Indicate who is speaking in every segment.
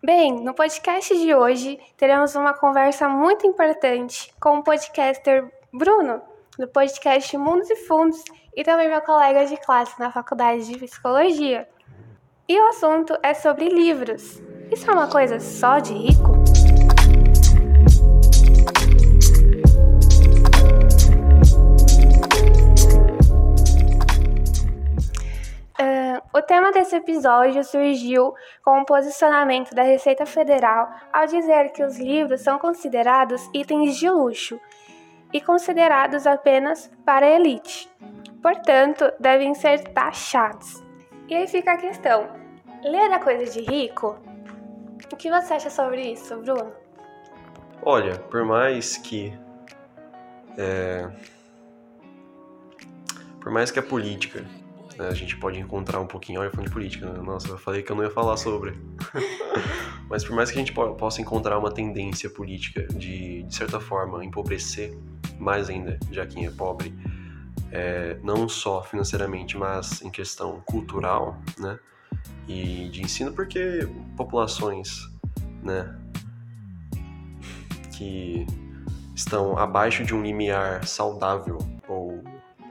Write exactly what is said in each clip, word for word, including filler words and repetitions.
Speaker 1: Bem, no podcast de hoje teremos uma conversa muito importante com o podcaster Bruno, do podcast Mundos e Fundos, e também meu colega de classe na faculdade de Psicologia. E o assunto é sobre livros. Isso é uma coisa só de rico? O tema desse episódio surgiu com o posicionamento da Receita Federal ao dizer que os livros são considerados itens de luxo e considerados apenas para a elite. Portanto, devem ser taxados. E aí fica a questão, ler é coisa de rico? O que você acha sobre isso, Bruno?
Speaker 2: Olha, por mais que... É... Por mais que a política... A gente pode encontrar um pouquinho, olha, falando de política, né? Nossa, eu falei que eu não ia falar sobre. Mas por mais que a gente possa encontrar uma tendência política de, de certa forma, empobrecer mais ainda, já quem é pobre, é, não só financeiramente, mas em questão cultural, né? E de ensino, porque populações, né, que estão abaixo de um limiar saudável ou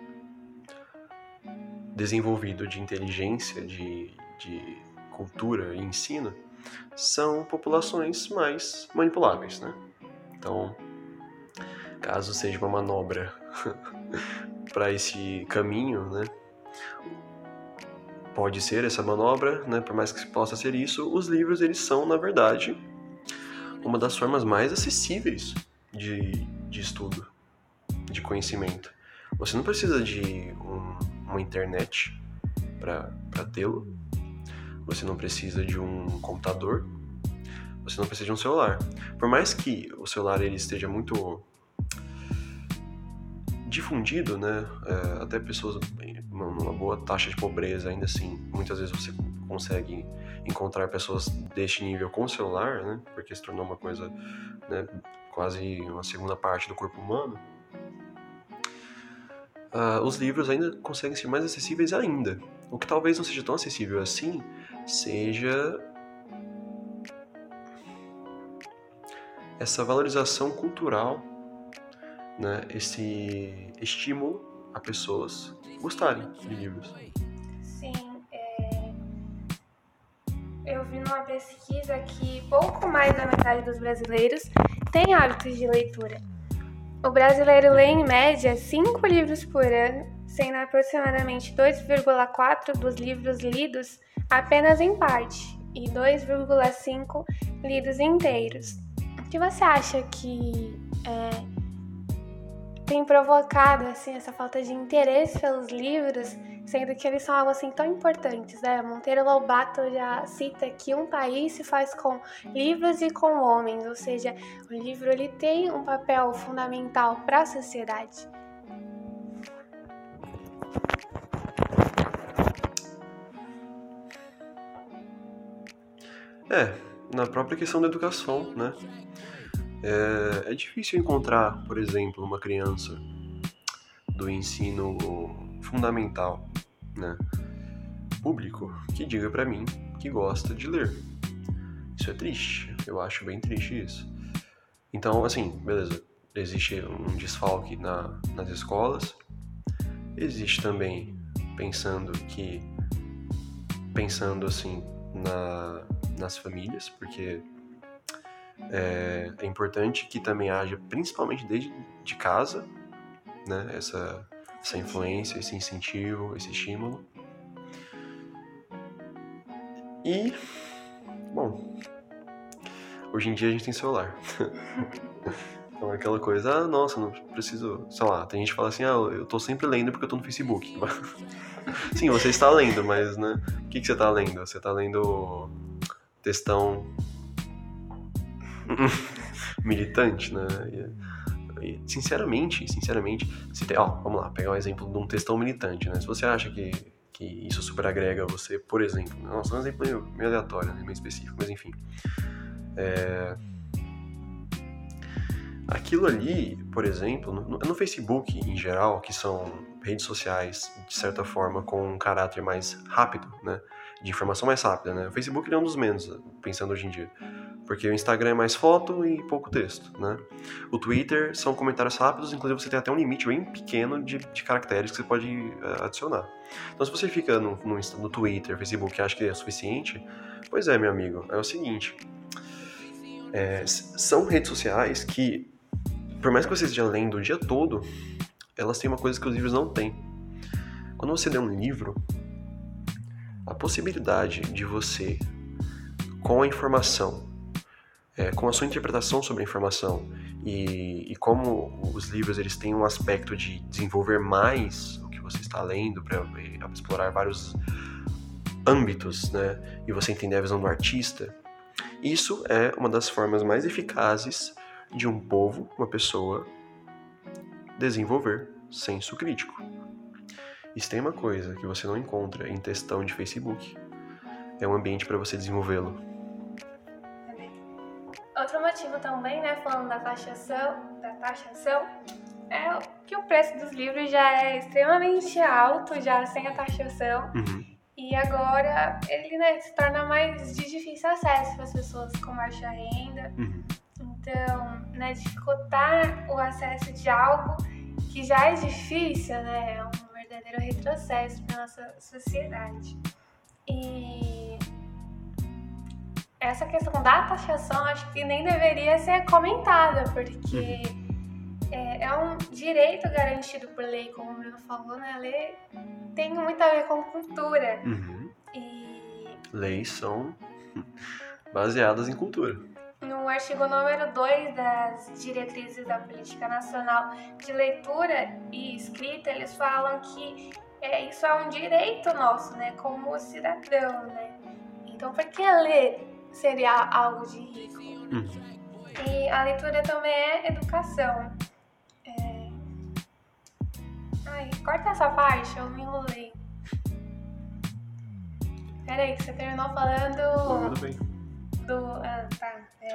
Speaker 2: desenvolvido de inteligência, de, de cultura e ensino, são populações mais manipuláveis, né? Então, caso seja uma manobra para esse caminho, né? Pode ser essa manobra, né? Por mais que possa ser isso, os livros, eles são, na verdade, uma das formas mais acessíveis de, de estudo, de conhecimento. Você não precisa de um uma internet para tê-lo, você não precisa de um computador, você não precisa de um celular. Por mais que o celular ele esteja muito difundido, né, é, até pessoas numa boa taxa de pobreza, ainda assim, muitas vezes você consegue encontrar pessoas deste nível com o celular, né, porque se tornou uma coisa, né, quase uma segunda parte do corpo humano. Uh, os livros ainda conseguem ser mais acessíveis ainda. O que talvez não seja tão acessível assim, seja essa valorização cultural, né? Esse estímulo a pessoas gostarem de livros.
Speaker 1: Sim, é... eu vi numa pesquisa que pouco mais da metade dos brasileiros tem hábitos de leitura. O brasileiro lê, em média, cinco livros por ano, sendo aproximadamente dois vírgula quatro dos livros lidos apenas em parte e dois vírgula cinco lidos inteiros. O que você acha que é, tem provocado assim, essa falta de interesse pelos livros, sendo que eles são algo assim tão importantes, né? Monteiro Lobato já cita que um país se faz com livros e com homens, ou seja, o livro ele tem um papel fundamental para a sociedade.
Speaker 2: É, na própria questão da educação, né? É, é difícil encontrar, por exemplo, uma criança do ensino fundamental, né, público, que diga pra mim que gosta de ler. Isso é triste, eu acho bem triste isso. Então, assim, beleza, existe um desfalque na, nas escolas, existe também pensando que, pensando assim, na, nas famílias, porque é, é importante que também haja, principalmente desde de casa, né, essa, essa influência, esse incentivo, esse estímulo. E, bom, hoje em dia a gente tem celular. Então é aquela coisa, ah, nossa, não preciso, sei lá, tem gente que fala assim, ah, eu tô sempre lendo porque eu tô no Facebook. Sim, você está lendo, mas, né, o que, que você tá lendo? Você tá lendo textão militante, né? E, sinceramente, sinceramente, se tem, ó, vamos lá, pegar um exemplo de um textão militante, né? Se você acha que, que isso super agrega você, por exemplo, nossa, um exemplo meio, meio aleatório, né? Meio específico, mas enfim. É... Aquilo ali, por exemplo, no, no Facebook em geral, que são redes sociais, de certa forma, com um caráter mais rápido, né? De informação mais rápida, né? O Facebook ele é um dos menos, pensando hoje em dia. Porque o Instagram é mais foto e pouco texto, né? O Twitter são comentários rápidos, inclusive você tem até um limite bem pequeno de, de caracteres que você pode uh, adicionar. Então, se você fica no, no, no Twitter, Facebook e acha que é suficiente, pois é, meu amigo, é o seguinte. É, são redes sociais que, por mais que você esteja lendo o dia todo, elas têm uma coisa que os livros não têm. Quando você lê um livro, a possibilidade de você, com a informação, é, com a sua interpretação sobre a informação e, e como os livros eles têm um aspecto de desenvolver mais o que você está lendo para explorar vários âmbitos, né, e você entender a visão do artista, isso é uma das formas mais eficazes de um povo, uma pessoa, desenvolver senso crítico. E se tem uma coisa que você não encontra em textão de Facebook, é um ambiente para você desenvolvê-lo.
Speaker 1: Outro motivo também, né, falando da taxação, da taxação, é que o preço dos livros já é extremamente alto, já sem a taxação.
Speaker 2: Uhum.
Speaker 1: E agora ele, né, se torna mais de difícil acesso para as pessoas com baixa renda.
Speaker 2: Uhum.
Speaker 1: Então, né, dificultar o acesso de algo que já é difícil, né, é um verdadeiro retrocesso para nossa sociedade. E essa questão da taxação acho que nem deveria ser comentada, porque uhum. é, é um direito garantido por lei, como o Bruno falou, né? Lei tem muito a ver com cultura.
Speaker 2: Uhum.
Speaker 1: E
Speaker 2: leis são baseadas em cultura.
Speaker 1: No artigo número dois das diretrizes da Política Nacional de Leitura e Escrita, eles falam que é, isso é um direito nosso, né, como cidadão, né? Então, por que ler seria algo de rico?
Speaker 2: Uhum.
Speaker 1: E a leitura também é educação. É... Ai, corta essa parte, eu me enrolei. Peraí, que você terminou falando...
Speaker 2: Tudo bem.
Speaker 1: Do... Ah, tá. É.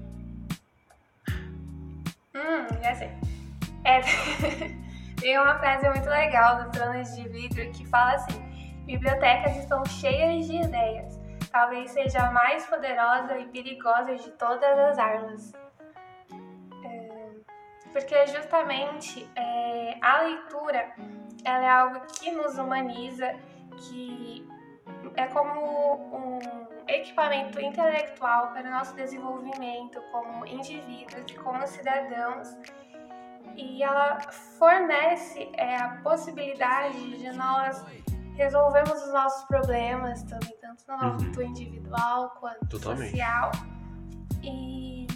Speaker 1: Hum, já sei. É... Tem uma frase muito legal do Tronos de Vidro que fala assim: bibliotecas estão cheias de ideias. Talvez seja a mais poderosa e perigosa de todas as armas. É... Porque justamente é... a leitura ela é algo que nos humaniza, que é como um equipamento intelectual para o nosso desenvolvimento como indivíduos e como cidadãos, e ela fornece é, a possibilidade de nós resolvermos os nossos problemas também, tanto no âmbito uhum. individual quanto
Speaker 2: Totalmente.
Speaker 1: social, e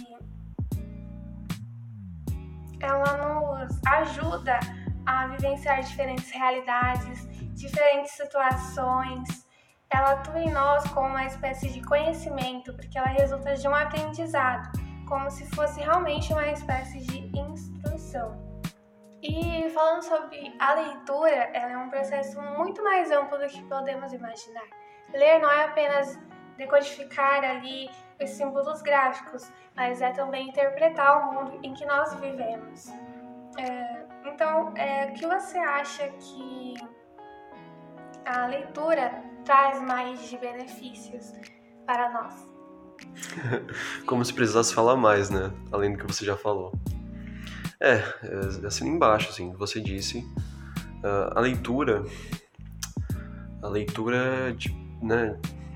Speaker 1: ela nos ajuda a vivenciar diferentes realidades, diferentes situações. Ela atua em nós como uma espécie de conhecimento, porque ela resulta de um aprendizado, como se fosse realmente uma espécie de instrução. E falando sobre a leitura, ela é um processo muito mais amplo do que podemos imaginar. Ler não é apenas decodificar ali os símbolos gráficos, mas é também interpretar o mundo em que nós vivemos. É, então, é, o que você acha que a leitura traz mais de benefícios para nós?
Speaker 2: Como se precisasse falar mais, né? Além do que você já falou. É, é assim embaixo, assim, você disse, uh, a leitura, a leitura, de, né?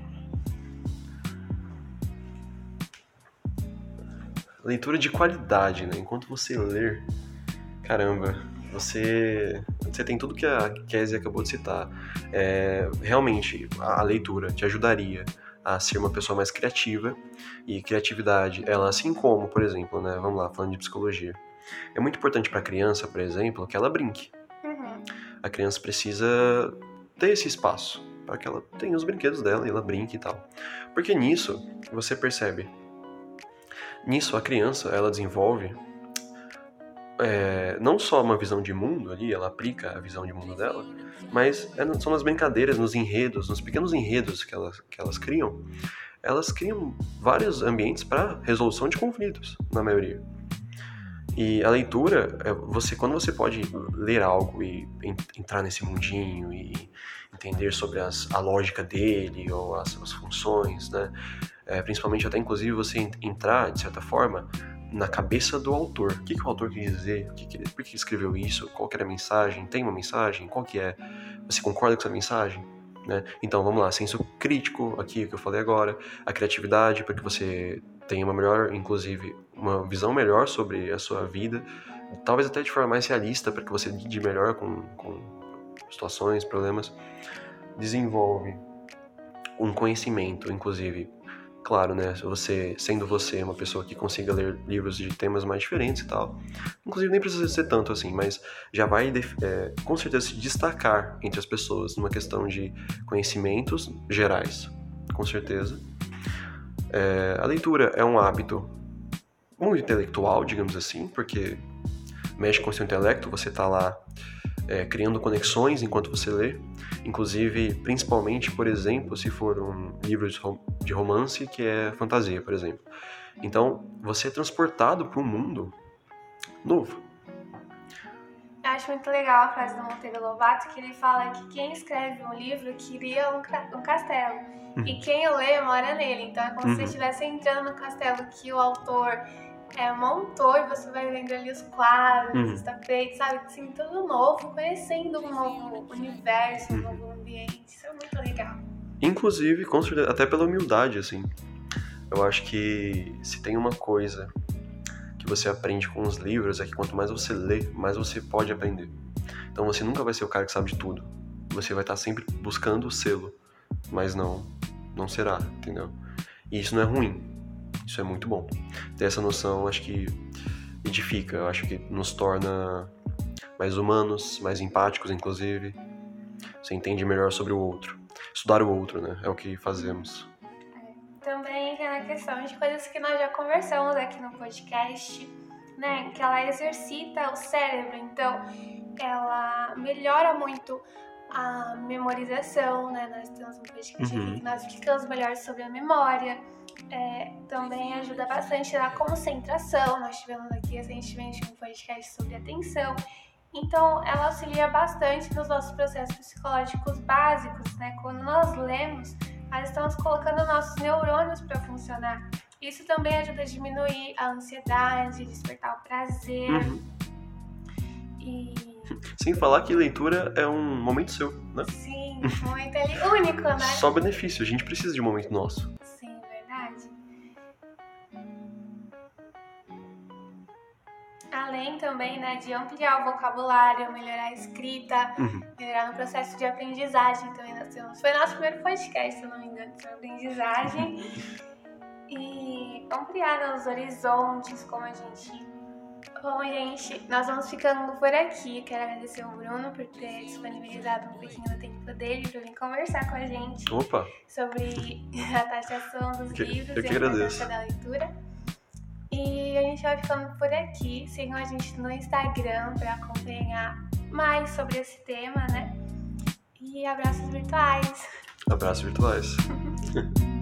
Speaker 2: A leitura de qualidade, né? Enquanto você ler, caramba, você, você tem tudo que a Kézia acabou de citar. É, realmente, a leitura te ajudaria a ser uma pessoa mais criativa, e criatividade, ela assim como, por exemplo, né, vamos lá, falando de psicologia, é muito importante para a criança, por exemplo, que ela brinque.
Speaker 1: Uhum.
Speaker 2: A criança precisa ter esse espaço para que ela tenha os brinquedos dela e ela brinque e tal. Porque nisso, você percebe, nisso a criança, ela desenvolve é, não só uma visão de mundo ali, ela aplica a visão de mundo dela, mas é, são nas brincadeiras, nos enredos, nos pequenos enredos que elas, que elas criam, elas criam vários ambientes para resolução de conflitos, na maioria. E a leitura, você, quando você pode ler algo e entrar nesse mundinho e entender sobre as, a lógica dele ou as, as funções, né? É, principalmente até, inclusive, você entrar, de certa forma, na cabeça do autor. O que, que o autor quer dizer? O que que ele, por que ele escreveu isso? Qual que era a mensagem? Tem uma mensagem? Qual que é? Você concorda com essa mensagem? Né? Então, vamos lá. Senso crítico, aqui, que eu falei agora. A criatividade, para que você tenha uma melhor, inclusive, uma visão melhor sobre a sua vida. Talvez até de forma mais realista, para que você lide melhor com, com situações, problemas. Desenvolve um conhecimento, inclusive, claro, né, você, sendo você uma pessoa que consiga ler livros de temas mais diferentes e tal, inclusive nem precisa ser tanto assim, mas já vai, é, com certeza, se destacar entre as pessoas numa questão de conhecimentos gerais, com certeza. É, a leitura é um hábito muito intelectual, digamos assim, porque mexe com o seu intelecto, você tá lá é, criando conexões enquanto você lê, inclusive, principalmente, por exemplo, se for um livro de romance que é fantasia, por exemplo. Então, você é transportado para um mundo novo.
Speaker 1: Eu acho muito legal a frase do Monteiro Lobato, que ele fala que quem escreve um livro cria um, ca- um castelo, uhum. e quem o lê mora nele. Então, é como uhum. se você estivesse entrando no castelo que o autor é, montou, e você vai vendo ali os quadros, uhum. os tapetes, sabe? Assim, tudo novo, conhecendo um novo universo, um novo ambiente. Isso é muito legal.
Speaker 2: Inclusive, com certeza, até pela humildade, assim. Eu acho que se tem uma coisa que você aprende com os livros é que quanto mais você lê, mais você pode aprender. Então você nunca vai ser o cara que sabe de tudo. Você vai estar sempre buscando o selo, mas não, não será, entendeu? E isso não é ruim, isso é muito bom. Ter essa noção, acho que edifica, eu acho que nos torna mais humanos, mais empáticos, inclusive. Você entende melhor sobre o outro. Estudar o outro, né? É o que fazemos.
Speaker 1: Também entra na questão de coisas que nós já conversamos aqui no podcast, né? Que ela exercita o cérebro, então ela melhora muito a memorização, né? Nós temos um podcast uhum. aqui que nós explicamos melhor sobre a memória. É, também ajuda bastante na concentração. Nós tivemos aqui recentemente um podcast sobre atenção. Então, ela auxilia bastante nos nossos processos psicológicos básicos, né? Quando nós lemos, nós estamos colocando nossos neurônios para funcionar. Isso também ajuda a diminuir a ansiedade, despertar o prazer. Uhum. E...
Speaker 2: Sem falar que leitura é um momento seu, né?
Speaker 1: Sim, um momento ali único, né?
Speaker 2: Só benefício, a gente precisa de um momento nosso.
Speaker 1: Sim, verdade. Além também, né, de ampliar o vocabulário, melhorar a escrita, uhum. melhorar no processo de aprendizagem também. Nós temos, foi nosso primeiro podcast, se eu não me engano, sobre aprendizagem. E ampliar os horizontes, como a gente... Bom, gente, nós vamos ficando por aqui. Quero agradecer ao Bruno por ter disponibilizado um pouquinho do tempo dele para vir conversar com a gente.
Speaker 2: Opa.
Speaker 1: Sobre a taxação dos
Speaker 2: que,
Speaker 1: livros
Speaker 2: eu que
Speaker 1: e a
Speaker 2: agradeço.
Speaker 1: importância da leitura. E a gente vai ficando por aqui. Sigam a gente no Instagram para acompanhar mais sobre esse tema, né? E abraços virtuais.
Speaker 2: Abraços virtuais.